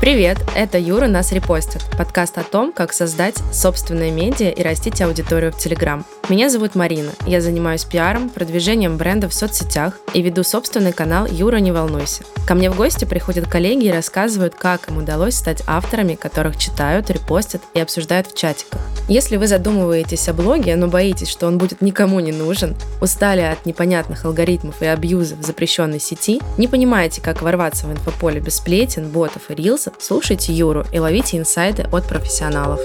Привет, это Юра нас репостит, подкаст о том, как создать собственное медиа и растить аудиторию в Телеграм. Меня зовут Марина, я занимаюсь пиаром, продвижением бренда в соцсетях и веду собственный канал «Юра, не волнуйся». Ко мне в гости приходят коллеги и рассказывают, как им удалось стать авторами, которых читают, репостят и обсуждают в чатиках. Если вы задумываетесь о блоге, но боитесь, что он будет никому не нужен, устали от непонятных алгоритмов и абьюза в запрещенной сети, не понимаете, как ворваться в инфополе без сплетен, ботов и рилсов, слушайте Юру и ловите инсайты от профессионалов.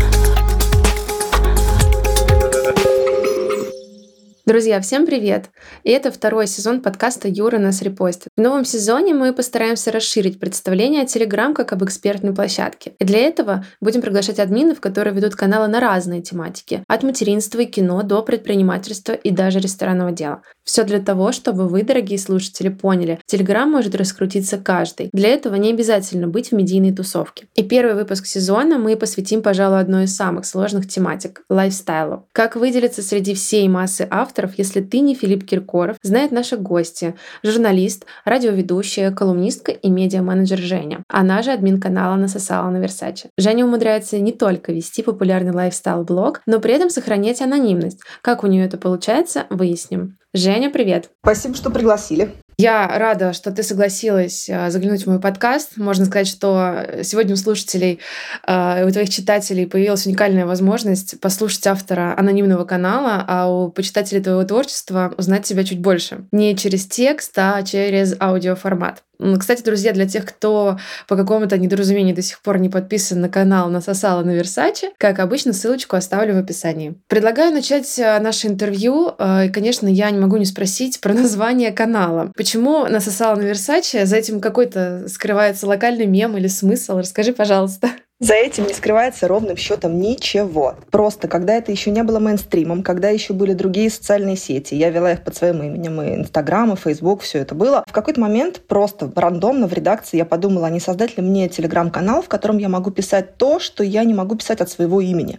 Друзья, всем привет! И это второй сезон подкаста «Юра нас репостит». В новом сезоне мы постараемся расширить представление о Telegram как об экспертной площадке. И для этого будем приглашать админов, которые ведут каналы на разные тематики. От материнства и кино до предпринимательства и даже ресторанного дела. Все для того, чтобы вы, дорогие слушатели, поняли, Telegram может раскрутиться каждый. Для этого не обязательно быть в медийной тусовке. И первый выпуск сезона мы посвятим, пожалуй, одной из самых сложных тематик – лайфстайлу. Как выделиться среди всей массы авторов, если ты не Филипп Киркоров, знает наши гости, журналист, радиоведущая, колумнистка и медиа-менеджер Женя. Она же админ канала «Насосала на Версаче». Женя умудряется не только вести популярный лайфстайл-блог, но при этом сохранять анонимность. Как у нее это получается, выясним. Женя, привет! Спасибо, что пригласили. Я рада, что ты согласилась заглянуть в мой подкаст. Можно сказать, что сегодня у слушателей, у твоих читателей появилась уникальная возможность послушать автора анонимного канала, а у почитателей твоего творчества узнать тебя чуть больше. Не через текст, а через аудиоформат. Кстати, друзья, для тех, кто по какому-то недоразумению до сих пор не подписан на канал «Насосала на Версаче», как обычно, ссылочку оставлю в описании. Предлагаю начать наше интервью. И, конечно, я не могу не спросить про название канала. Почему «Насосала на Версаче»? За этим какой-то скрывается локальный мем или смысл? Расскажи, пожалуйста. За этим не скрывается ровным счетом ничего. Просто, когда это еще не было мейнстримом, когда еще были другие социальные сети, я вела их под своим именем, и Инстаграм, и Фейсбук, все это было. В какой-то момент просто рандомно в редакции я подумала, а не создать ли мне телеграм-канал, в котором я могу писать то, что я не могу писать от своего имени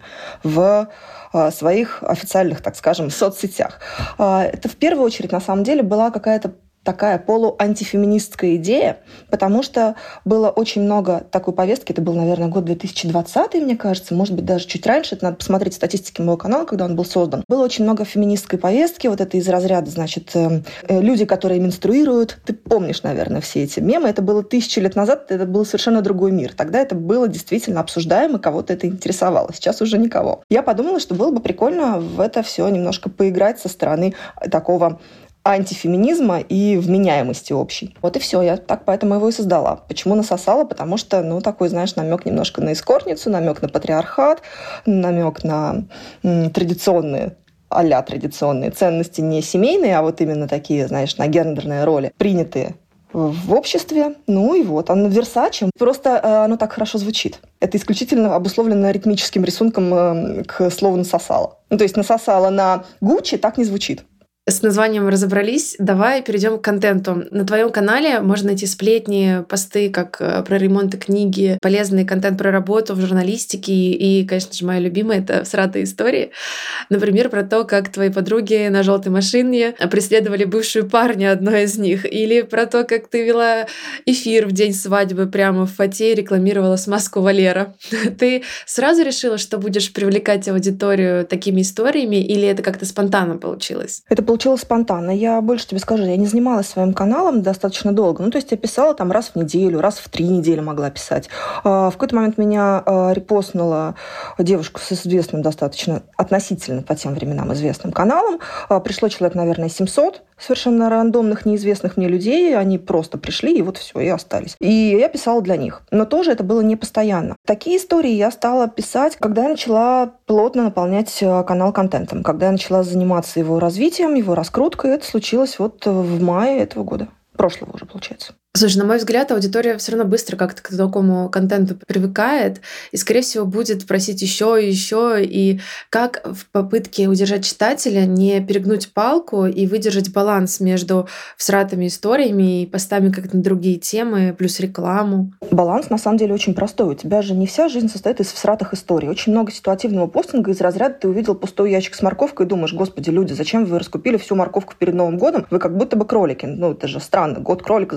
в своих официальных, так скажем, соцсетях. Это в первую очередь, на самом деле, была какая-то такая полуантифеминистская идея, потому что было очень много такой повестки, это был, наверное, год 2020, мне кажется, может быть, даже чуть раньше, это надо посмотреть статистики моего канала, когда он был создан. Было очень много феминистской повестки, вот это из разряда, значит, люди, которые менструируют. Ты помнишь, наверное, все эти мемы, это было 1000 лет назад, это был совершенно другой мир. Тогда это было действительно обсуждаемо, кого-то это интересовало, сейчас уже никого. Я подумала, что было бы прикольно в это все немножко поиграть со стороны такого антифеминизма и вменяемости общей. Вот и все, я так поэтому его и создала. Почему насосала? Потому что, такой, знаешь, намек немножко на эскортницу, намек на патриархат, намек на традиционные а-ля традиционные ценности, не семейные, а вот именно такие, знаешь, на гендерные роли, принятые в обществе. И вот, оно Версаче. Просто оно так хорошо звучит. Это исключительно обусловлено ритмическим рисунком к слову «насосала». То есть «насосала» на Гуччи так не звучит. С названием разобрались, давай перейдем к контенту. На твоем канале можно найти сплетни, посты, как про ремонты книги, полезный контент про работу в журналистике и, конечно же, моя любимая — это всратые истории. Например, про то, как твои подруги на желтой машине преследовали бывшую парня одной из них, или про то, как ты вела эфир в день свадьбы прямо в фате и рекламировала смазку Валера. Ты сразу решила, что будешь привлекать аудиторию такими историями, или это как-то спонтанно получилось? Это получилось спонтанно. Я больше тебе скажу, я не занималась своим каналом достаточно долго. То есть я писала там раз в неделю, раз в 3 недели могла писать. В какой-то момент меня репостнула девушка с известным достаточно, относительно по тем временам известным каналом. Пришло человек, наверное, 700 совершенно рандомных, неизвестных мне людей. Они просто пришли, и вот все, и остались. И я писала для них. Но тоже это было не постоянно. Такие истории я стала писать, когда я начала плотно наполнять канал контентом, когда я начала заниматься его развитием, его раскруткой. Это случилось вот в мае этого года. Прошлого уже, получается. Слушай, на мой взгляд, аудитория все равно быстро как-то к такому контенту привыкает и, скорее всего, будет просить еще и еще. И как в попытке удержать читателя не перегнуть палку и выдержать баланс между всратыми историями и постами как-то на другие темы, плюс рекламу? Баланс, на самом деле, очень простой. У тебя же не вся жизнь состоит из всратых историй. Очень много ситуативного постинга из разряда ты увидел пустой ящик с морковкой и думаешь, господи, люди, зачем вы раскупили всю морковку перед Новым годом? Вы как будто бы кролики. Это же странно. Год кролика закончился.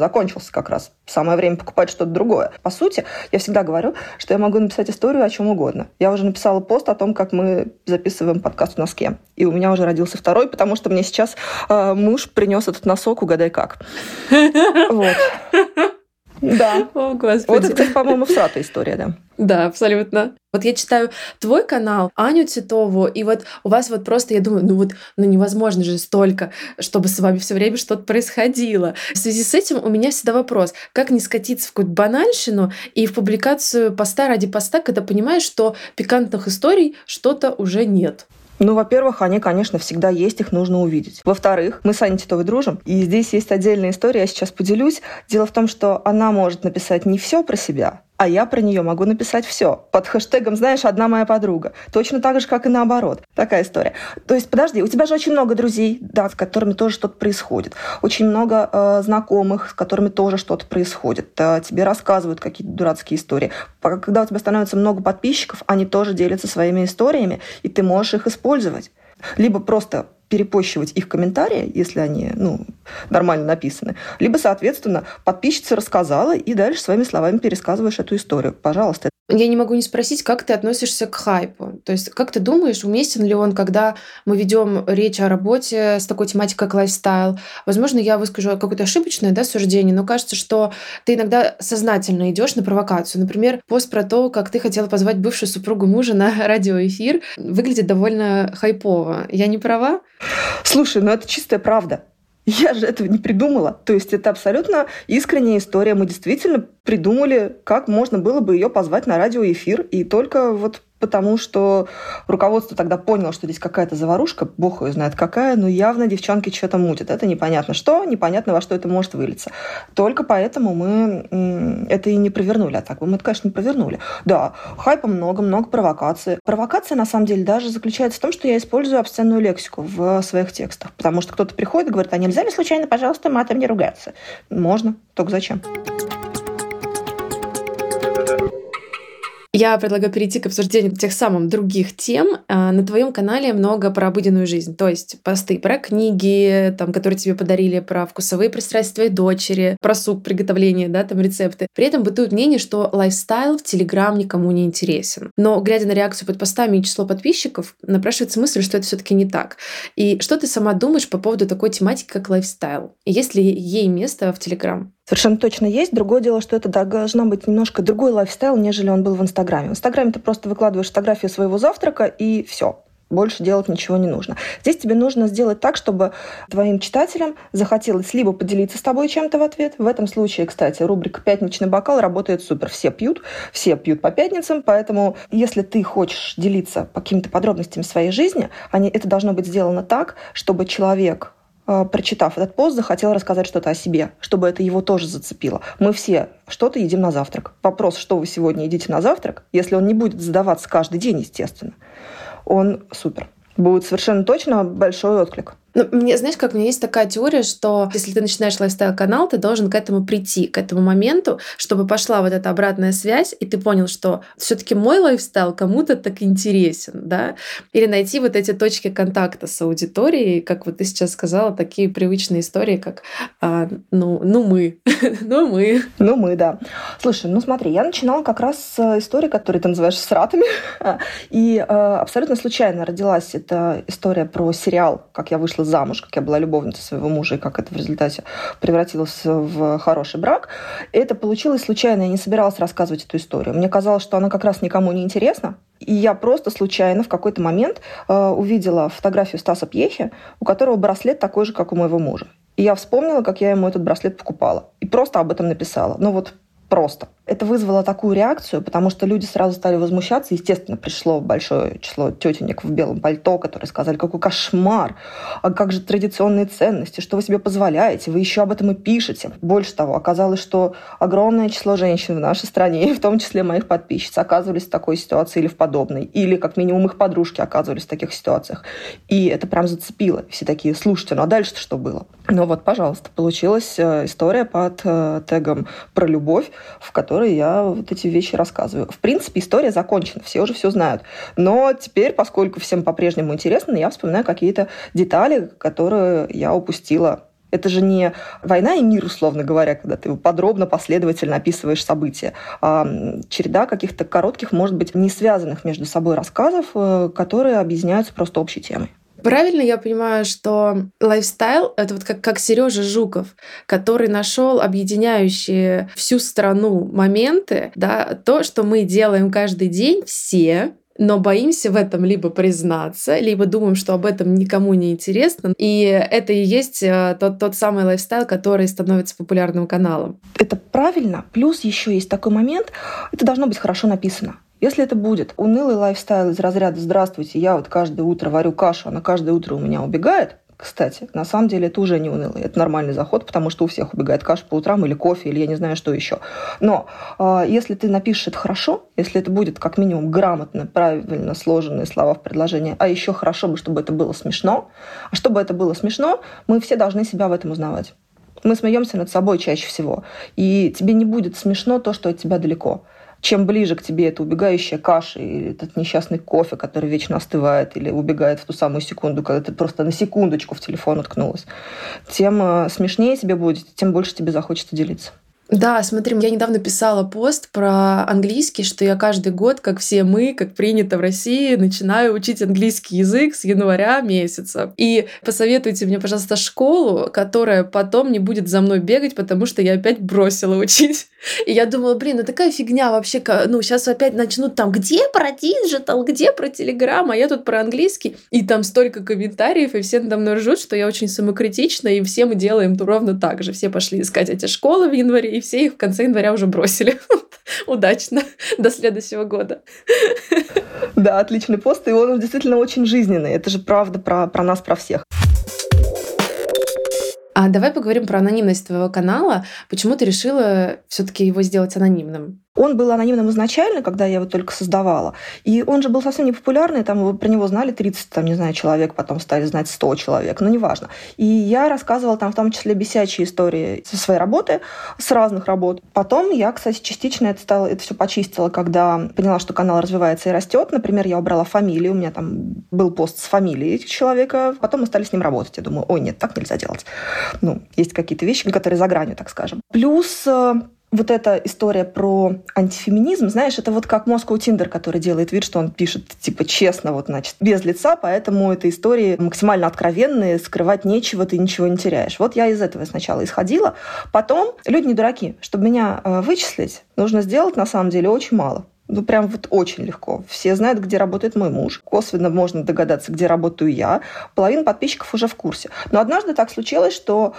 сейчас как раз самое время покупать что-то другое. По сути, я всегда говорю, что я могу написать историю о чем угодно. Я уже написала пост о том, как мы записываем подкаст в носке. И у меня уже родился второй, потому что мне сейчас муж принес этот носок, угадай как. Вот. Да. О, Господи. Вот это, по-моему, всратая история, да. Да, абсолютно. Вот я читаю твой канал, Аню Титову, и вот у вас вот просто, я думаю, невозможно же столько, чтобы с вами все время что-то происходило. В связи с этим у меня всегда вопрос, как не скатиться в какую-то банальщину и в публикацию поста ради поста, когда понимаешь, что пикантных историй что-то уже нет. Ну, во-первых, они, конечно, всегда есть, их нужно увидеть. Во-вторых, мы с Аней Титовой дружим, и здесь есть отдельная история, я сейчас поделюсь. Дело в том, что она может написать не все про себя, а я про нее могу написать все. Под хэштегом, знаешь, «одна моя подруга». Точно так же, как и наоборот. Такая история. То есть, подожди, у тебя же очень много друзей, да, с которыми тоже что-то происходит. Очень много знакомых, с которыми тоже что-то происходит. Тебе рассказывают какие-то дурацкие истории. Когда у тебя становится много подписчиков, они тоже делятся своими историями, и ты можешь их использовать. Либо просто перепощивать их комментарии, если они нормально написаны, либо, соответственно, подписчица рассказала, и дальше своими словами пересказываешь эту историю. Пожалуйста. Я не могу не спросить, как ты относишься к хайпу. То есть, как ты думаешь, уместен ли он, когда мы ведем речь о работе с такой тематикой, как лайфстайл? Возможно, я выскажу какое-то ошибочное суждение, но кажется, что ты иногда сознательно идешь на провокацию. Например, пост про то, как ты хотела позвать бывшую супругу мужа на радиоэфир, выглядит довольно хайпово. Я не права? Слушай, это чистая правда. Я же этого не придумала. То есть это абсолютно искренняя история. Мы действительно придумали, как можно было бы ее позвать на радиоэфир. И только вот потому, что руководство тогда поняло, что здесь какая-то заварушка, бог ее знает какая, но явно девчонки что-то мутят. Это непонятно что, непонятно во что это может вылиться. Только поэтому мы это и не провернули. А так бы мы это, конечно, не провернули. Да, хайпа много провокаций. Провокация, на самом деле, даже заключается в том, что я использую обсценную лексику в своих текстах. Потому что кто-то приходит и говорит, а нельзя ли случайно, пожалуйста, матом не ругаться? Можно, только зачем? Я предлагаю перейти к обсуждению тех самых других тем. На твоем канале много про обыденную жизнь, то есть посты про книги, которые тебе подарили, про вкусовые пристрастия твоей дочери, про суп приготовления, рецепты. При этом бытует мнение, что лайфстайл в Телеграм никому не интересен. Но, глядя на реакцию под постами и число подписчиков, напрашивается мысль, что это все-таки не так. И что ты сама думаешь по поводу такой тематики, как лайфстайл? И есть ли ей место в Телеграм? Совершенно точно есть. Другое дело, что это должна быть немножко другой лайфстайл, нежели он был в Инстаграме. В Инстаграме ты просто выкладываешь фотографию своего завтрака, и все. Больше делать ничего не нужно. Здесь тебе нужно сделать так, чтобы твоим читателям захотелось либо поделиться с тобой чем-то в ответ. В этом случае, кстати, рубрика «Пятничный бокал» работает супер. Все пьют по пятницам, поэтому если ты хочешь делиться какими-то подробностями своей жизни, это должно быть сделано так, чтобы человек, прочитав этот пост, захотел рассказать что-то о себе, чтобы это его тоже зацепило. Мы все что-то едим на завтрак. Вопрос, что вы сегодня едите на завтрак, если он не будет задаваться каждый день, естественно, он супер. Будет совершенно точно большой отклик. Знаешь, как у меня есть такая теория, что если ты начинаешь лайфстайл-канал, ты должен к этому прийти, к этому моменту, чтобы пошла вот эта обратная связь, и ты понял, что все-таки мой лайфстайл кому-то так интересен, да? Или найти вот эти точки контакта с аудиторией, как вот ты сейчас сказала, такие привычные истории, как мы. Ну мы, да. Слушай, смотри, я начинала как раз с истории, которую ты называешь «Сратами», и абсолютно случайно родилась эта история про сериал, как я вышла замуж, как я была любовницей своего мужа, и как это в результате превратилось в хороший брак. И это получилось случайно. Я не собиралась рассказывать эту историю. Мне казалось, что она как раз никому не интересна. И я просто случайно в какой-то момент увидела фотографию Стаса Пьехи, у которого браслет такой же, как у моего мужа. И я вспомнила, как я ему этот браслет покупала. И просто об этом написала. Просто. Это вызвало такую реакцию, потому что люди сразу стали возмущаться. Естественно, пришло большое число тетенек в белом пальто, которые сказали, какой кошмар, а как же традиционные ценности, что вы себе позволяете, вы еще об этом и пишете. Больше того, оказалось, что огромное число женщин в нашей стране, в том числе моих подписчиц, оказывались в такой ситуации или в подобной, или как минимум их подружки оказывались в таких ситуациях. И это прям зацепило. Все такие, слушайте, а дальше-то что было? Пожалуйста, получилась история под тегом про любовь, в которой я вот эти вещи рассказываю. В принципе, история закончена, все уже все знают. Но теперь, поскольку всем по-прежнему интересно, я вспоминаю какие-то детали, которые я упустила. Это же не война и мир, условно говоря, когда ты подробно, последовательно описываешь события. А череда каких-то коротких, может быть, не связанных между собой рассказов, которые объединяются просто общей темой. Правильно я понимаю, что лайфстайл — это вот как Сережа Жуков, который нашел объединяющие всю страну моменты, да, то, что мы делаем каждый день все, но боимся в этом либо признаться, либо думаем, что об этом никому не интересно. И это и есть тот самый лайфстайл, который становится популярным каналом. Это правильно. Плюс еще есть такой момент, это должно быть хорошо написано. Если это будет унылый лайфстайл из разряда «Здравствуйте, я вот каждое утро варю кашу, она каждое утро у меня убегает», кстати, на самом деле это уже не унылый, это нормальный заход, потому что у всех убегает каша по утрам или кофе, или я не знаю, что еще. Но если ты напишешь это хорошо, если это будет как минимум грамотно, правильно сложенные слова в предложении, а еще хорошо бы, чтобы это было смешно. А чтобы это было смешно, мы все должны себя в этом узнавать. Мы смеемся над собой чаще всего. И тебе не будет смешно то, что от тебя далеко. Чем ближе к тебе эта убегающая каша или этот несчастный кофе, который вечно остывает или убегает в ту самую секунду, когда ты просто на секундочку в телефон уткнулась, тем смешнее тебе будет, тем больше тебе захочется делиться. Да, смотри, я недавно писала пост про английский, что я каждый год, как все мы, как принято в России, начинаю учить английский язык с января месяца. И посоветуйте мне, пожалуйста, школу, которая потом не будет за мной бегать, потому что я опять бросила учить. И я думала, такая фигня вообще, сейчас опять начнут там, где про диджитал, где про Телеграм, а я тут про английский. И там столько комментариев, и все надо мной ржут, что я очень самокритична, и все мы делаем ровно так же. Все пошли искать эти школы в январе, и все их в конце января уже бросили. Удачно. До следующего года. Да, отличный пост, и он действительно очень жизненный. Это же правда про нас, про всех. А давай поговорим про анонимность твоего канала. Почему ты решила все-таки его сделать анонимным? Он был анонимным изначально, когда я его только создавала. И он же был совсем не популярный, там про него знали 30, человек, потом стали знать 100 человек, но неважно. И я рассказывала там в том числе бесячие истории со своей работы, с разных работ. Потом я, кстати, частично это все почистила, когда поняла, что канал развивается и растет. Например, я убрала фамилию, у меня там был пост с фамилией человека, потом мы стали с ним работать. Я думаю, ой, нет, так нельзя делать. Есть какие-то вещи, которые за гранью, так скажем. Плюс вот эта история про антифеминизм, знаешь, это вот как Moscow Tinder, который делает вид, что он пишет, честно, без лица, поэтому эти истории максимально откровенные, скрывать нечего, ты ничего не теряешь. Вот я из этого сначала исходила. Потом люди не дураки. Чтобы меня вычислить, нужно сделать, на самом деле, очень мало. Прям очень легко. Все знают, где работает мой муж. Косвенно можно догадаться, где работаю я. Половина подписчиков уже в курсе. Но однажды так случилось, что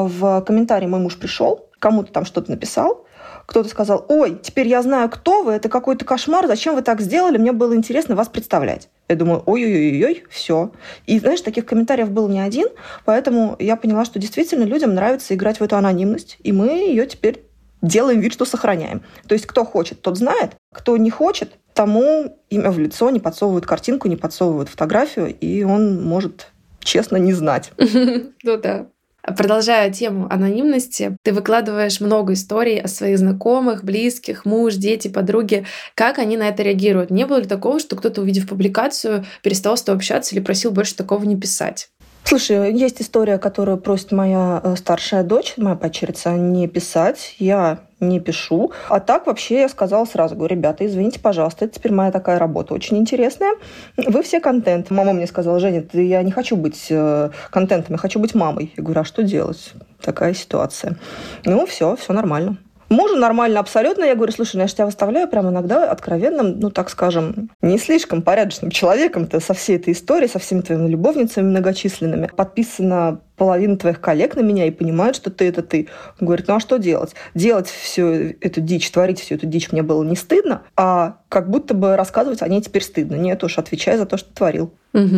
в комментарии мой муж пришел, кому-то там что-то написал, кто-то сказал: ой, теперь я знаю, кто вы, это какой-то кошмар, зачем вы так сделали, мне было интересно вас представлять. Я думаю, ой-ой-ой, все. И, знаешь, таких комментариев был не один, поэтому я поняла, что действительно людям нравится играть в эту анонимность, и мы ее теперь делаем вид, что сохраняем. То есть кто хочет, тот знает, кто не хочет, тому имя в лицо не подсовывают картинку, не подсовывают фотографию, и он может честно не знать. Ну да. Продолжая тему анонимности, ты выкладываешь много историй о своих знакомых, близких, муж, дети, подруги. Как они на это реагируют? Не было ли такого, что кто-то, увидев публикацию, перестал с тобой общаться или просил больше такого не писать? Слушай, есть история, которую просит моя старшая дочь, моя падчерица, не писать. Я не пишу. А так вообще я сказала сразу, говорю, ребята, извините, пожалуйста, это теперь моя такая работа очень интересная. Вы все контент. Мама мне сказала: Женя, я не хочу быть контентом, я хочу быть мамой. Я говорю, а что делать? Такая ситуация. Все нормально. Мужу нормально абсолютно. Я говорю, слушай, я же тебя выставляю прям иногда откровенным, так скажем, не слишком порядочным человеком-то со всей этой историей, со всеми твоими любовницами многочисленными. Подписана половина твоих коллег на меня и понимают, что ты — это ты. Он говорит, а что делать? Делать всю эту дичь, творить всю эту дичь мне было не стыдно, а как будто бы рассказывать о ней теперь стыдно. Нет уж, отвечай за то, что творил.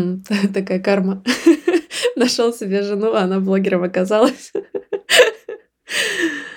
Такая карма. Нашел себе жену, а она блогером оказалась.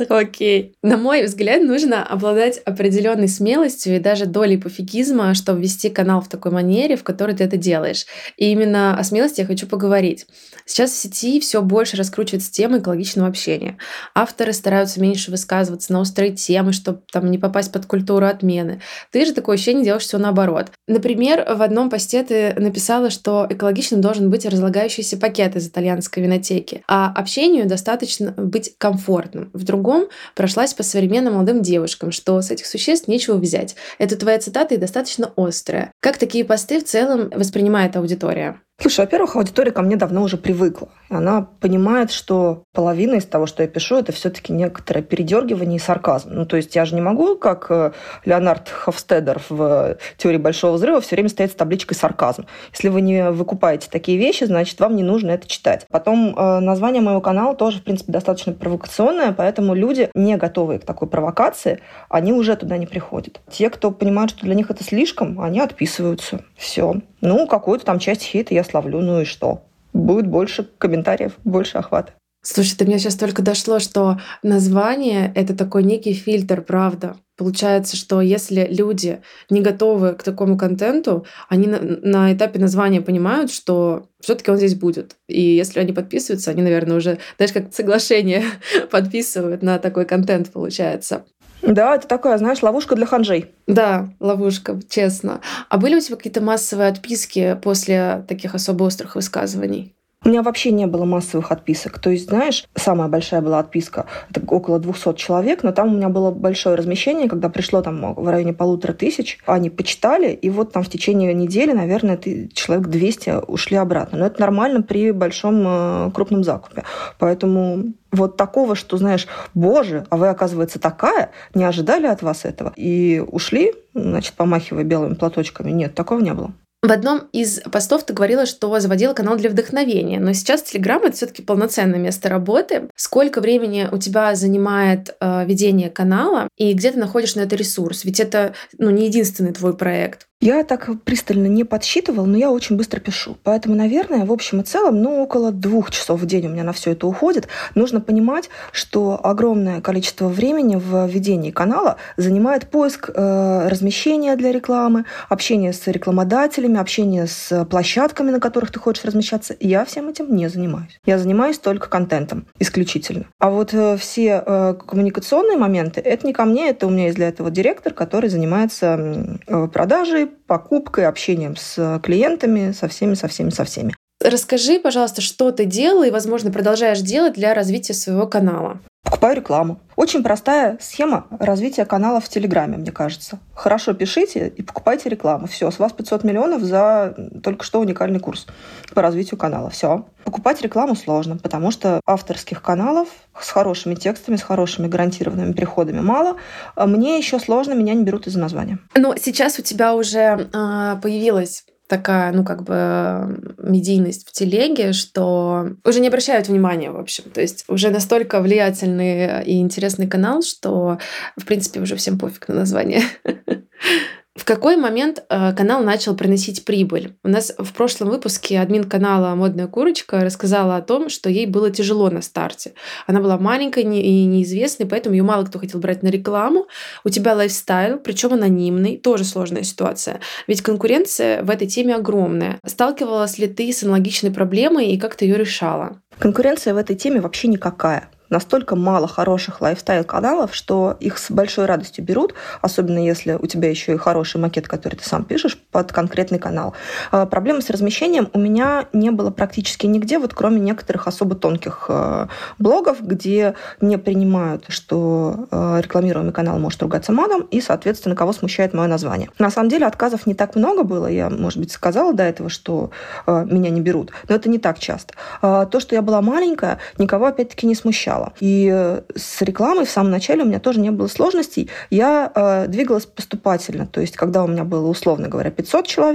Окей. На мой взгляд, нужно обладать определенной смелостью и даже долей пофигизма, чтобы вести канал в такой манере, в которой ты это делаешь. И именно о смелости я хочу поговорить. Сейчас в сети все больше раскручивается тема экологичного общения. Авторы стараются меньше высказываться на острые темы, чтобы там не попасть под культуру отмены. Ты же такое ощущение делаешь все наоборот. Например, в одном посте ты написала, что экологичным должен быть разлагающийся пакет из итальянской винотеки, а общению достаточно быть комфортным. В другом прошлась по современным молодым девушкам, что с этих существ нечего взять. Это твоя цитата и достаточно острая. Как такие посты в целом воспринимает аудитория? Слушай, во-первых, аудитория ко мне давно уже привыкла. Она понимает, что половина из того, что я пишу, это все-таки некоторое передергивание и сарказм. Ну, то есть я же не могу, как Леонард Хофстедер в «Теории большого взрыва», все время стоять с табличкой «сарказм». Если вы не выкупаете такие вещи, значит, вам не нужно это читать. Потом название моего канала тоже, в принципе, достаточно провокационное, поэтому люди, не готовые к такой провокации, они уже туда не приходят. Те, кто понимает, что для них это слишком, они отписываются. Все. Ну, какую-то там часть хейта я словлю, ну и что? Будет больше комментариев, больше охвата. Слушай, до меня сейчас только дошло, что название — это такой некий фильтр, правда. Получается, что если люди не готовы к такому контенту, они на этапе названия понимают, что все-таки он здесь будет. И если они подписываются, они, наверное, уже, даже как соглашение подписывают на такой контент, получается. Да, это такая, знаешь, ловушка для ханжей. Да, ловушка, честно. А были у тебя какие-то массовые отписки после таких особо острых высказываний? У меня вообще не было массовых отписок. То есть, знаешь, самая большая была отписка, это около 200 человек, но там у меня было большое размещение, когда пришло там в районе 1500, они почитали, и вот там в течение недели, наверное, человек 200 ушли обратно. Но это нормально при большом крупном закупе. Поэтому вот такого, что, знаешь, боже, а вы, оказывается, такая, не ожидали от вас этого, и ушли, значит, помахивая белыми платочками. Нет, такого не было. В одном из постов ты говорила, что заводила канал для вдохновения, но сейчас Telegram — это все-таки полноценное место работы. Сколько времени у тебя занимает ведение канала и где ты находишь на это ресурс? Ведь это не единственный твой проект. Я так пристально не подсчитывала, но я очень быстро пишу. Поэтому, наверное, в общем и целом, около 2 часов в день у меня на все это уходит. Нужно понимать, что огромное количество времени в ведении канала занимает поиск размещения для рекламы, общение с рекламодателями, общение с площадками, на которых ты хочешь размещаться. Я всем этим не занимаюсь. Я занимаюсь только контентом исключительно. А вот все коммуникационные моменты, это не ко мне, это у меня есть для этого директор, который занимается продажей, покупкой, общением с клиентами, со всеми. Расскажи, пожалуйста, что ты делала и, возможно, продолжаешь делать для развития своего канала. Покупаю рекламу. Очень простая схема развития канала в Телеграме, мне кажется. Хорошо пишите и покупайте рекламу. Все, с вас 500 миллионов за только что уникальный курс по развитию канала. Все. Покупать рекламу сложно, потому что авторских каналов с хорошими текстами, с хорошими гарантированными приходами мало. Мне еще сложно, меня не берут из-за названия. Но сейчас у тебя уже появилась такая, медийность в телеге, что уже не обращают внимания, в общем. То есть уже настолько влиятельный и интересный канал, что, в принципе, уже всем пофиг на название. В какой момент канал начал приносить прибыль? У нас в прошлом выпуске админ канала «Модная курочка» рассказала о том, что ей было тяжело на старте. Она была маленькой и неизвестной, поэтому ее мало кто хотел брать на рекламу. У тебя лайфстайл, причем анонимный, тоже сложная ситуация. Ведь конкуренция в этой теме огромная. Сталкивалась ли ты с аналогичной проблемой и как ты ее решала? Конкуренция в этой теме вообще никакая. Настолько мало хороших лайфстайл-каналов, что их с большой радостью берут, особенно если у тебя еще и хороший макет, который ты сам пишешь под конкретный канал. Проблемы с размещением у меня не было практически нигде, вот кроме некоторых особо тонких блогов, где не принимают, что рекламируемый канал может ругаться матом, и, соответственно, кого смущает мое название. На самом деле отказов не так много было. Я, может быть, сказала до этого, что меня не берут, но это не так часто. То, что я была маленькая, никого, опять-таки, не смущало. И с рекламой в самом начале у меня тоже не было сложностей. Я двигалась поступательно. То есть, когда у меня было, условно говоря, 500 человек,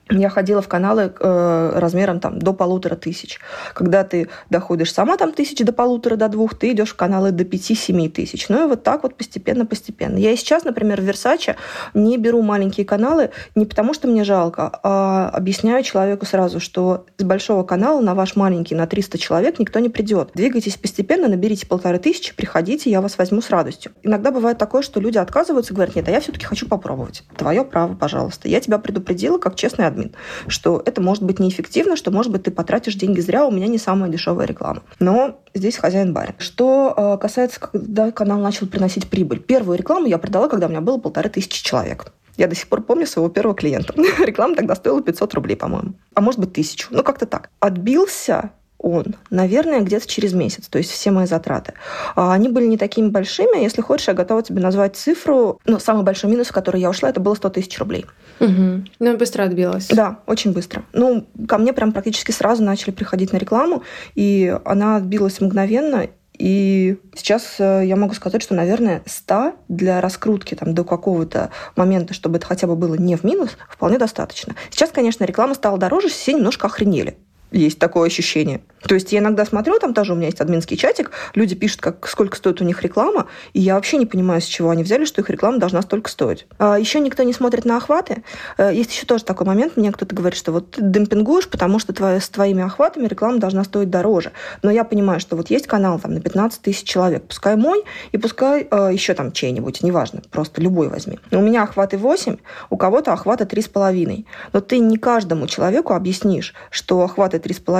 Я ходила в каналы размером там, до 1500. Когда ты доходишь сама там 1000 до 1500, до 2000, ты идешь в каналы до 5-7 тысяч. Ну и вот так вот постепенно. Я и сейчас, например, в Versace не беру маленькие каналы не потому, что мне жалко, а объясняю человеку сразу, что с большого канала на ваш маленький, на 300 человек никто не придет. Двигайтесь постепенно, наберите 1500, приходите, я вас возьму с радостью. Иногда бывает такое, что люди отказываются и говорят: нет, а я все-таки хочу попробовать. Твое право, пожалуйста. Я тебя предупредила как честный админ, что это может быть неэффективно, что, может быть, ты потратишь деньги зря, у меня не самая дешевая реклама. Но здесь хозяин-барин. Что касается, когда канал начал приносить прибыль. Первую рекламу я продала, когда у меня было 1500 человек. Я до сих пор помню своего первого клиента. Реклама тогда стоила 500 рублей, по-моему. А может быть, 1000. Ну, как-то так. Отбился он, наверное, где-то через месяц, то есть все мои затраты. Они были не такими большими. Если хочешь, я готова тебе назвать цифру. Но самый большой минус, в который я ушла, это было 100 тысяч рублей. Угу. Ну, быстро отбилась. Да, очень быстро. Ну, ко мне прям практически сразу начали приходить на рекламу, и она отбилась мгновенно. И сейчас я могу сказать, что, наверное, 100 для раскрутки там, до какого-то момента, чтобы это хотя бы было не в минус, вполне достаточно. Сейчас, конечно, реклама стала дороже, все немножко охренели. Есть такое ощущение. То есть я иногда смотрю, там тоже у меня есть админский чатик, люди пишут, сколько стоит у них реклама, и я вообще не понимаю, с чего они взяли, что их реклама должна столько стоить. Еще никто не смотрит на охваты. Есть еще тоже такой момент, мне кто-то говорит, что вот ты демпингуешь, потому что с твоими охватами реклама должна стоить дороже. Но я понимаю, что вот есть канал там, на 15 тысяч человек, пускай мой, и пускай еще там чей-нибудь, неважно, просто любой возьми. У меня охваты 8, у кого-то охваты 3,5. Но ты не каждому человеку объяснишь, что охваты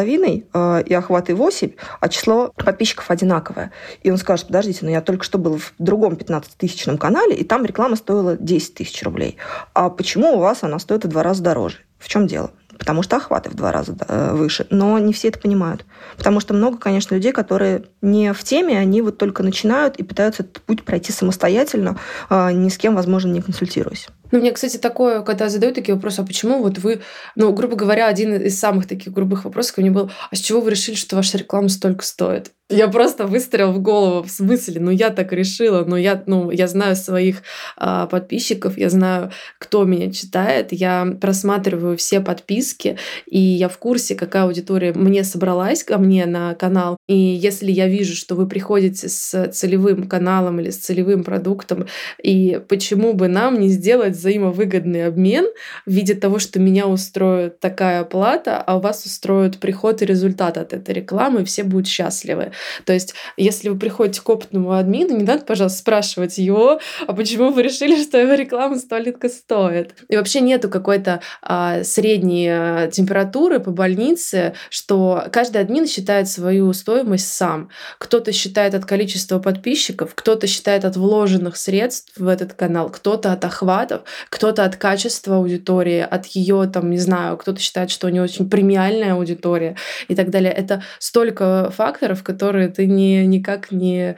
3,5 и охваты 8, а число подписчиков одинаковое. И он скажет: подождите, но я только что был в другом 15-тысячном канале, и там реклама стоила 10 тысяч рублей. А почему у вас она стоит в 2 раза дороже? В чем дело? Потому что охваты в 2 раза выше. Но не все это понимают. Потому что много, конечно, людей, которые не в теме, они вот только начинают и пытаются этот путь пройти самостоятельно, ни с кем, возможно, не консультируясь. Ну, мне, кстати, такое, когда задают такие вопросы: а почему вот вы, ну, грубо говоря, один из самых таких грубых вопросов ко мне был: а с чего вы решили, что ваша реклама столько стоит? Я просто выстрелила в голову, в смысле, я так решила, я знаю своих подписчиков, я знаю, кто меня читает, я просматриваю все подписки, и я в курсе, какая аудитория мне собралась ко мне на канал. И если я вижу, что вы приходите с целевым каналом или с целевым продуктом, и почему бы нам не сделать взаимовыгодный обмен в виде того, что меня устроит такая оплата, а у вас устроит приход и результат от этой рекламы, и все будут счастливы. То есть, если вы приходите к опытному админу, не надо, пожалуйста, спрашивать его: а почему вы решили, что его реклама столько стоит? И вообще нету какой-то средней температуры по больнице, что каждый админ считает свою стоимость сам. Кто-то считает от количества подписчиков, кто-то считает от вложенных средств в этот канал, кто-то от охватов, кто-то от качества аудитории, от ее, там, не знаю, кто-то считает, что у нее очень премиальная аудитория и так далее. Это столько факторов, которые ты никак не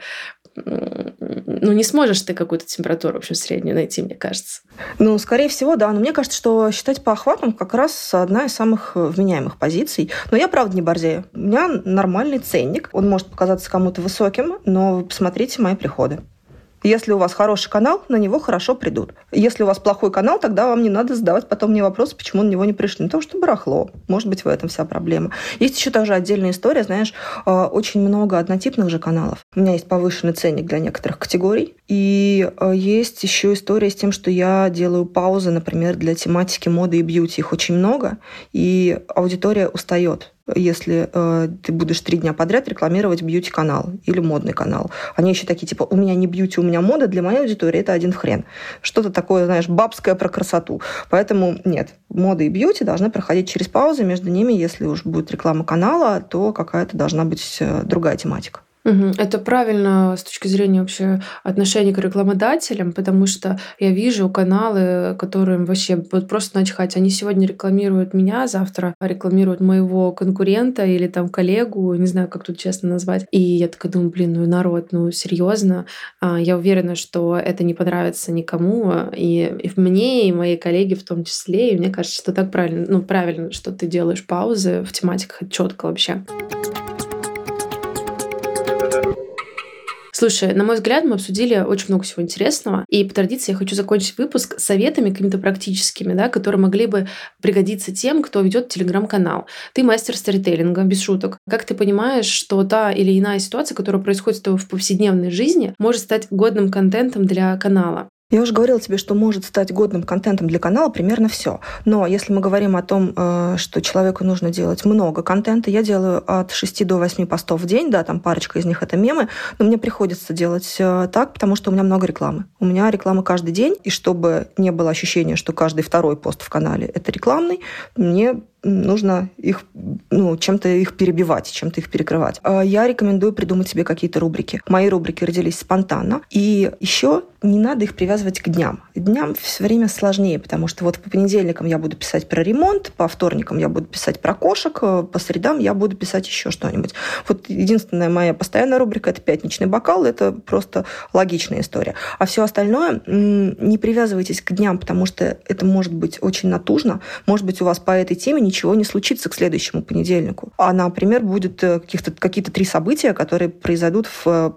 сможешь ты какую-то температуру, в общем, среднюю найти, мне кажется. Ну, скорее всего, да. Но мне кажется, что считать по охватам как раз одна из самых вменяемых позиций. Но я, правда, не борзею. У меня нормальный ценник. Он может показаться кому-то высоким, но вы посмотрите мои приходы. Если у вас хороший канал, на него хорошо придут. Если у вас плохой канал, тогда вам не надо задавать потом мне вопросы, почему на него не пришли. Ну, потому что барахло. Может быть, в этом вся проблема. Есть еще тоже отдельная история. Знаешь, очень много однотипных же каналов. У меня есть повышенный ценник для некоторых категорий. И есть еще история с тем, что я делаю паузы, например, для тематики моды и бьюти. Их очень много. И аудитория устает, если ты будешь 3 дня подряд рекламировать бьюти-канал или модный канал. Они еще такие, типа: у меня не бьюти, у меня мода, для моей аудитории это один в хрен. Что-то такое, знаешь, бабское про красоту. Поэтому нет, мода и бьюти должны проходить через паузы. Между ними, если уж будет реклама канала, то какая-то должна быть другая тематика. Это правильно с точки зрения вообще отношения к рекламодателям, потому что я вижу каналы, которым вообще вот просто начхать. Они сегодня рекламируют меня, завтра рекламируют моего конкурента или там коллегу, не знаю, как тут честно назвать. И я такая думаю: народ, серьезно. Я уверена, что это не понравится никому, и мне, и моей коллеге в том числе. И мне кажется, что так правильно, правильно, что ты делаешь паузы в тематиках, четко вообще. Слушай, на мой взгляд, мы обсудили очень много всего интересного, и по традиции я хочу закончить выпуск советами какими-то практическими, да, которые могли бы пригодиться тем, кто ведет телеграм-канал. Ты мастер сторителлинга, без шуток. Как ты понимаешь, что та или иная ситуация, которая происходит в повседневной жизни, может стать годным контентом для канала? Я уже говорила тебе, что может стать годным контентом для канала примерно все. Но если мы говорим о том, что человеку нужно делать много контента, я делаю от 6 до 8 постов в день, да, там парочка из них это мемы, но мне приходится делать так, потому что у меня много рекламы. У меня реклама каждый день, и чтобы не было ощущения, что каждый второй пост в канале это рекламный, мне нужно их, чем-то их перебивать, чем-то их перекрывать. Я рекомендую придумать себе какие-то рубрики. Мои рубрики родились спонтанно. И еще не надо их привязывать к дням. Дням все время сложнее, потому что вот по понедельникам я буду писать про ремонт, по вторникам я буду писать про кошек, по средам я буду писать еще что-нибудь. Вот единственная моя постоянная рубрика – это «Пятничный бокал». Это просто логичная история. А все остальное не привязывайтесь к дням, потому что это может быть очень натужно. Может быть, у вас по этой теме ничего не случится к следующему понедельнику. А, например, будет какие-то 3 события, которые произойдут в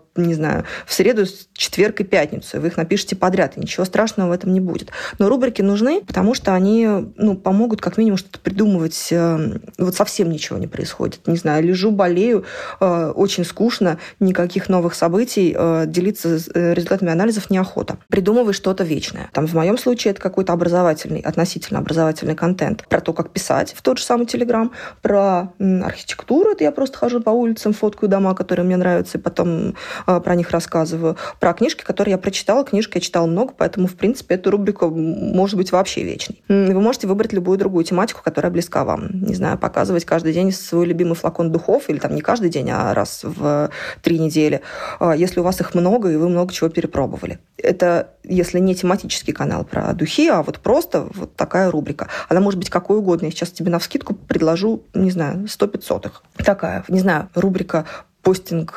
среду, четверг и пятницу. Вы их напишите подряд, и ничего страшного в этом не будет. Но рубрики нужны, потому что они помогут как минимум что-то придумывать. Вот совсем ничего не происходит. Не знаю, лежу, болею, очень скучно, никаких новых событий, делиться результатами анализов неохота. Придумывай что-то вечное. Там в моем случае это какой-то относительно образовательный контент про то, как писать в тот же самый Телеграм, про архитектуру. Это я просто хожу по улицам, фоткаю дома, которые мне нравятся, и потом про них рассказываю. Про книжки, которые я прочитала. Книжки я читала много, поэтому, в принципе, эту рубрику может быть вообще вечной. Вы можете выбрать любую другую тематику, которая близка вам. Не знаю, показывать каждый день свой любимый флакон духов, или там не каждый день, а раз в 3 недели, если у вас их много, и вы много чего перепробовали. Это если не тематический канал про духи, а вот просто вот такая рубрика. Она может быть какой угодно. Я сейчас тебе навскидку предложу, 100-500 их. Такая, рубрика постинг,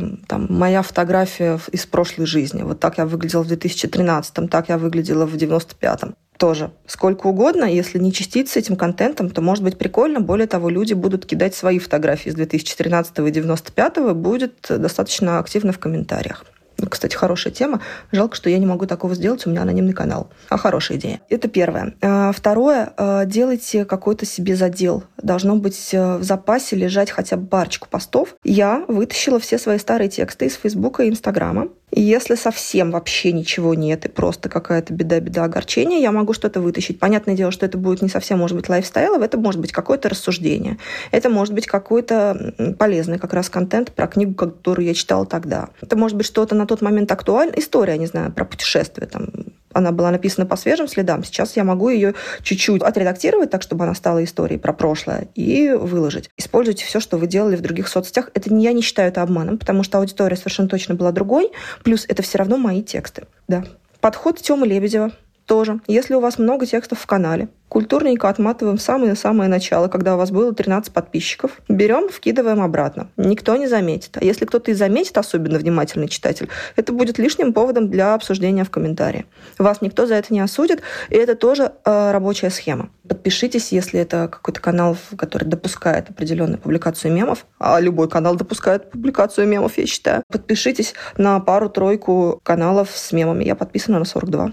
моя фотография из прошлой жизни. Вот так я выглядела в 2013-м, так я выглядела в 95-м. Тоже сколько угодно, если не чистить с этим контентом, то может быть прикольно. Более того, люди будут кидать свои фотографии из 2013 и 95-го, будет достаточно активно в комментариях. Кстати, хорошая тема. Жалко, что я не могу такого сделать, у меня анонимный канал. А хорошая идея. Это первое. Второе. Делайте какой-то себе задел. Должно быть в запасе лежать хотя бы парочку постов. Я вытащила все свои старые тексты из Фейсбука и Инстаграма. И если совсем вообще ничего нет, и просто какая-то беда, огорчение, я могу что-то вытащить. Понятное дело, что это будет не совсем, может быть, лайфстайл, это может быть какое-то рассуждение. Это может быть какой-то полезный как раз контент про книгу, которую я читала тогда. Это может быть что-то на тот момент актуально. История, не знаю, про путешествие. Она была написана по свежим следам. Сейчас я могу ее чуть-чуть отредактировать так, чтобы она стала историей про прошлое, и выложить. Используйте все, что вы делали в других соцсетях. Я не считаю это обманом, потому что аудитория совершенно точно была другой. Плюс это все равно мои тексты. Да. Подход Тёмы Лебедева тоже. Если у вас много текстов в канале, культурненько отматываем в самое начало, когда у вас было 13 подписчиков. Берем, вкидываем обратно. Никто не заметит. А если кто-то и заметит, особенно внимательный читатель, это будет лишним поводом для обсуждения в комментарии. Вас никто за это не осудит, и это тоже рабочая схема. Подпишитесь, если это какой-то канал, который допускает определенную публикацию мемов, а любой канал допускает публикацию мемов, я считаю. Подпишитесь на пару-тройку каналов с мемами. Я подписана на 42.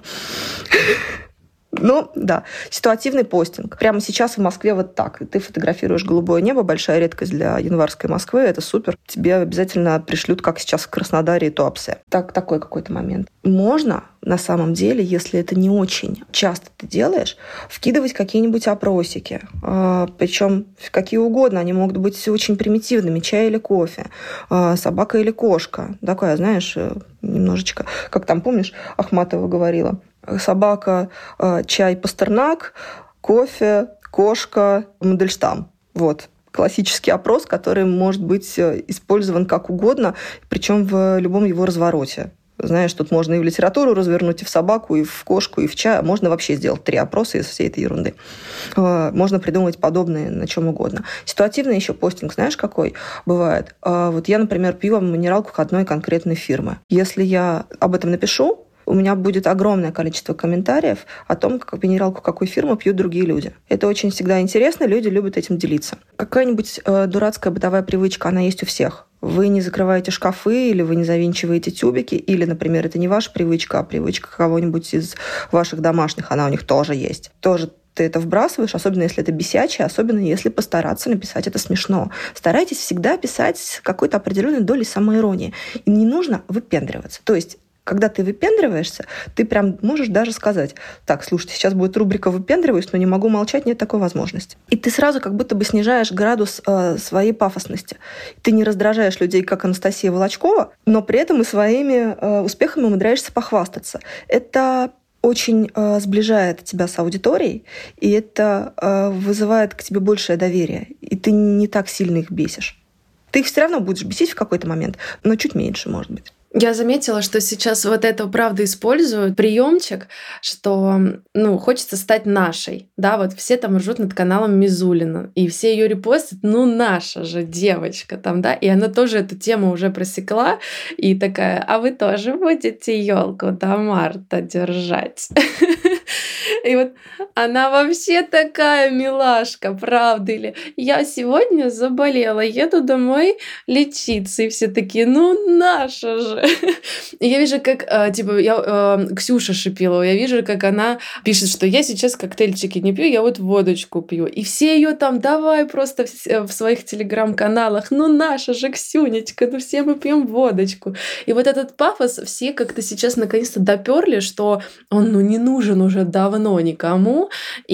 Да, ситуативный постинг. Прямо сейчас в Москве вот так. Ты фотографируешь голубое небо, большая редкость для январской Москвы, это супер. Тебе обязательно пришлют, как сейчас в Краснодаре, Туапсе. Такой какой-то момент. Можно, на самом деле, если это не очень часто ты делаешь, вкидывать какие-нибудь опросики. Причем какие угодно. Они могут быть очень примитивными. Чай или кофе, собака или кошка. Такая, знаешь, немножечко, как там, помнишь, Ахматова говорила, собака, чай, Пастернак, кофе, кошка, Мандельштам. Вот. Классический опрос, который может быть использован как угодно, причем в любом его развороте. Знаешь, тут можно и в литературу развернуть, и в собаку, и в кошку, и в чай. Можно вообще сделать 3 опроса из всей этой ерунды. Можно придумать подобные на чем угодно. Ситуативный еще постинг, знаешь, какой бывает? Вот я, например, пью минералку одной конкретной фирмы. Если я об этом напишу, у меня будет огромное количество комментариев о том, как минералку какой фирмы пьют другие люди. Это очень всегда интересно, люди любят этим делиться. Какая-нибудь дурацкая бытовая привычка, она есть у всех. Вы не закрываете шкафы, или вы не завинчиваете тюбики, или, например, это не ваша привычка, а привычка кого-нибудь из ваших домашних, она у них тоже есть. Тоже ты это вбрасываешь, особенно если это бесячее, особенно если постараться написать это смешно. Старайтесь всегда писать с какой-то определенной долей самоиронии. И не нужно выпендриваться. То есть когда ты выпендриваешься, ты прям можешь даже сказать: так, слушайте, сейчас будет рубрика «Выпендриваюсь, но не могу молчать», нет такой возможности. И ты сразу как будто бы снижаешь градус своей пафосности. Ты не раздражаешь людей, как Анастасия Волочкова, но при этом и своими успехами умудряешься похвастаться. Это очень сближает тебя с аудиторией, и это вызывает к тебе большее доверие, и ты не так сильно их бесишь. Ты их все равно будешь бесить в какой-то момент, но чуть меньше, может быть. Я заметила, что сейчас вот это правда используют приемчик, что хочется стать нашей. Да, вот все там ржут над каналом Мизулина, и все ее репостят, наша же девочка там, да, и она тоже эту тему уже просекла, и такая: а вы тоже будете елку до марта держать? И вот она вообще такая милашка, правда ли? Я сегодня заболела, еду домой лечиться, и все такие: наша же. И я вижу, как, Ксюша Шипилова, я вижу, как она пишет, что я сейчас коктейльчики не пью, я вот водочку пью. И все ее там: давай просто в своих телеграм-каналах: наша же Ксюнечка, все мы пьем водочку. И вот этот пафос все как-то сейчас наконец-то доперли, что он не нужен уже давно никому.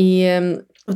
И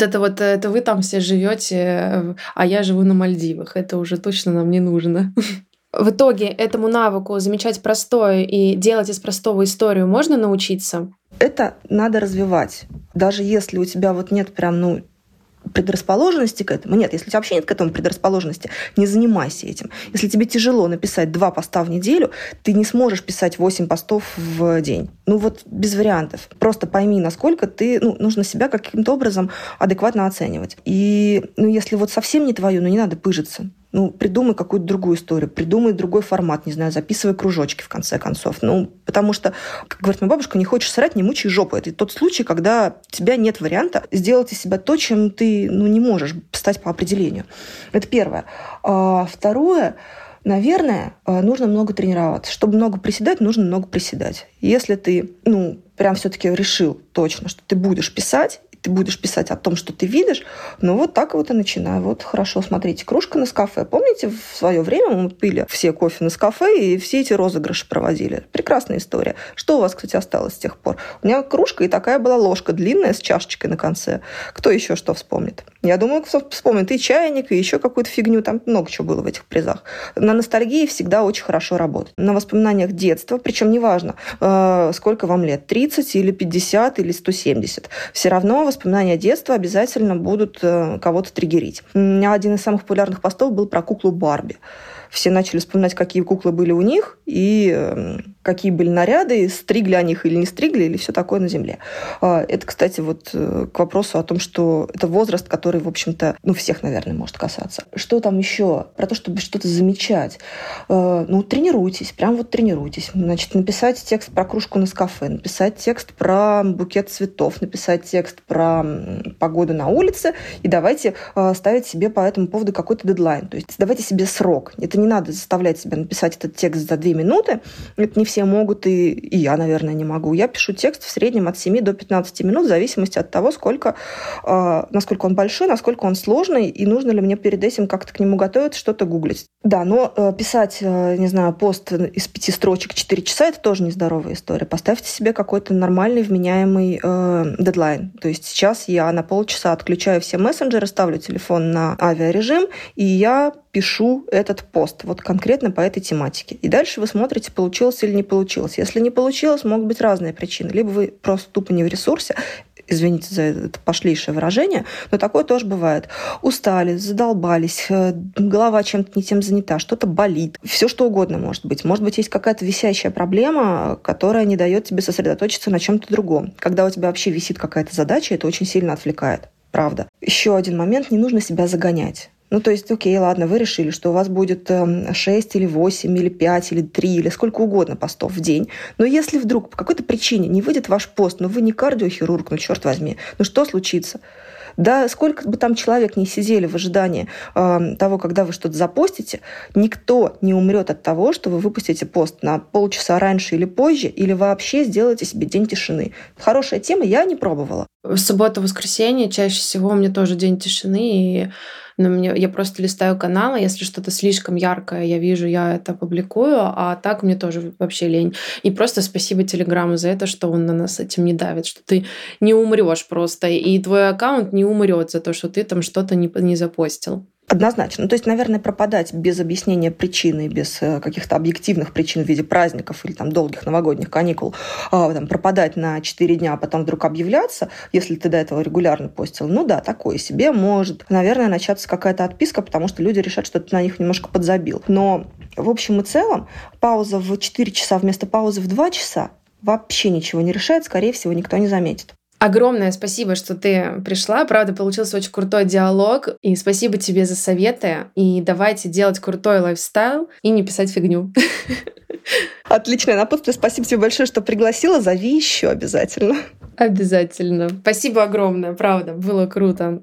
это вы там все живете, а я живу на Мальдивах. Это уже точно нам не нужно. В итоге этому навыку замечать простое и делать из простого историю можно научиться? Это надо развивать. Даже если у тебя нет прям, предрасположенности к этому. Нет, если у тебя вообще нет к этому предрасположенности, не занимайся этим. Если тебе тяжело написать 2 поста в неделю, ты не сможешь писать 8 постов в день. Без вариантов. Просто пойми, насколько ты, нужно себя каким-то образом адекватно оценивать. И, если совсем не твое, не надо пыжиться. Придумай какую-то другую историю, придумай другой формат, не знаю, записывай кружочки, в конце концов. Потому что, как говорит моя бабушка, не хочешь срать, не мучай жопу. Это тот случай, когда у тебя нет варианта сделать из себя то, чем ты, не можешь стать по определению. Это первое. Второе, наверное, нужно много тренироваться. Чтобы много приседать, нужно много приседать. Если ты, прям все-таки решил точно, что ты будешь писать, ты будешь писать о том, что ты видишь, так и начинаю. Хорошо, смотрите, кружка Нескафе. Помните, в свое время мы пили все кофе Нескафе и все эти розыгрыши проводили? Прекрасная история. Что у вас, кстати, осталось с тех пор? У меня кружка, и такая была ложка длинная с чашечкой на конце. Кто еще что вспомнит? Я думаю, кто вспомнит и чайник, и еще какую-то фигню. Там много чего было в этих призах. На ностальгии всегда очень хорошо работает. На воспоминаниях детства, причем неважно, сколько вам лет, 30 или 50 или 170, все равно воспоминания детства обязательно будут кого-то триггерить. У меня один из самых популярных постов был про куклу Барби. Все начали вспоминать, какие куклы были у них и какие были наряды, стригли они их или не стригли, или все такое на земле. Это, кстати, к вопросу о том, что это возраст, который, в общем-то, всех, наверное, может касаться. Что там еще? Про то, чтобы что-то замечать. Тренируйтесь, прям тренируйтесь. Значит, написать текст про кружку Нескафе, написать текст про букет цветов, написать текст про погоду на улице, и давайте ставить себе по этому поводу какой-то дедлайн. То есть давайте себе срок. Это не надо заставлять себя написать этот текст за 2 минуты. Это не все могут, и я, наверное, не могу. Я пишу текст в среднем от 7 до 15 минут, в зависимости от того, насколько он большой, насколько он сложный, и нужно ли мне перед этим как-то к нему готовиться, что-то гуглить. Да, но писать, не знаю, пост из 5 строчек 4 часа – это тоже нездоровая история. Поставьте себе какой-то нормальный, вменяемый дедлайн. То есть сейчас я на полчаса отключаю все мессенджеры, ставлю телефон на авиарежим, и я пишу этот пост конкретно по этой тематике. И дальше вы смотрите, получилось или не получилось. Если не получилось, могут быть разные причины. Либо вы просто тупо не в ресурсе, извините за это пошлейшее выражение, но такое тоже бывает. Устали, задолбались, голова чем-то не тем занята, что-то болит. Все что угодно может быть. Может быть, есть какая-то висящая проблема, которая не дает тебе сосредоточиться на чем-то другом. Когда у тебя вообще висит какая-то задача, это очень сильно отвлекает. Правда. Еще один момент. Не нужно себя загонять. Ну, то есть, окей, ладно, вы решили, что у вас будет 6 или 8 или 5 или 3 или сколько угодно постов в день. Но если вдруг по какой-то причине не выйдет ваш пост, вы не кардиохирург, черт возьми, что случится? Да сколько бы там человек не сидели в ожидании того, когда вы что-то запостите, никто не умрет от того, что вы выпустите пост на полчаса раньше или позже, или вообще сделаете себе день тишины. Хорошая тема, я не пробовала. В субботу-воскресенье чаще всего у меня тоже день тишины, и я просто листаю каналы, если что-то слишком яркое я вижу, я это публикую, а так мне тоже вообще лень. И просто спасибо Телеграму за это, что он на нас этим не давит, что ты не умрешь просто, и твой аккаунт не умрет за то, что ты там что-то не запостил. Однозначно. То есть, наверное, пропадать без объяснения причины, без каких-то объективных причин в виде праздников или долгих новогодних каникул, пропадать на 4 дня, а потом вдруг объявляться, если ты до этого регулярно постил, такое себе может, наверное, начаться какая-то отписка, потому что люди решат, что ты на них немножко подзабил. Но в общем и целом пауза в 4 часа вместо паузы в 2 часа вообще ничего не решает, скорее всего, никто не заметит. Огромное спасибо, что ты пришла. Правда, получился очень крутой диалог. И спасибо тебе за советы. И давайте делать крутой лайфстайл и не писать фигню. Отличное напутствие. Спасибо тебе большое, что пригласила. Зови еще обязательно. Обязательно. Спасибо огромное. Правда, было круто.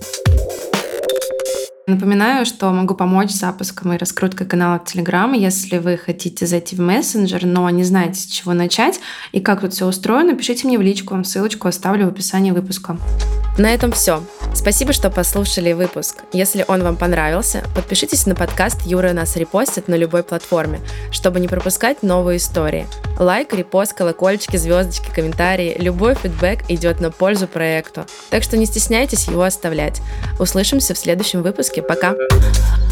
Напоминаю, что могу помочь с запуском и раскруткой канала Telegram, если вы хотите зайти в мессенджер, но не знаете, с чего начать и как тут все устроено, пишите мне в личку, ссылочку оставлю в описании выпуска. На этом все. Спасибо, что послушали выпуск. Если он вам понравился, подпишитесь на подкаст «Юра нас репостит» на любой платформе, чтобы не пропускать новые истории. Лайк, репост, колокольчики, звездочки, комментарии. Любой фидбэк идет на пользу проекту. Так что не стесняйтесь его оставлять. Услышимся в следующем выпуске. Пока!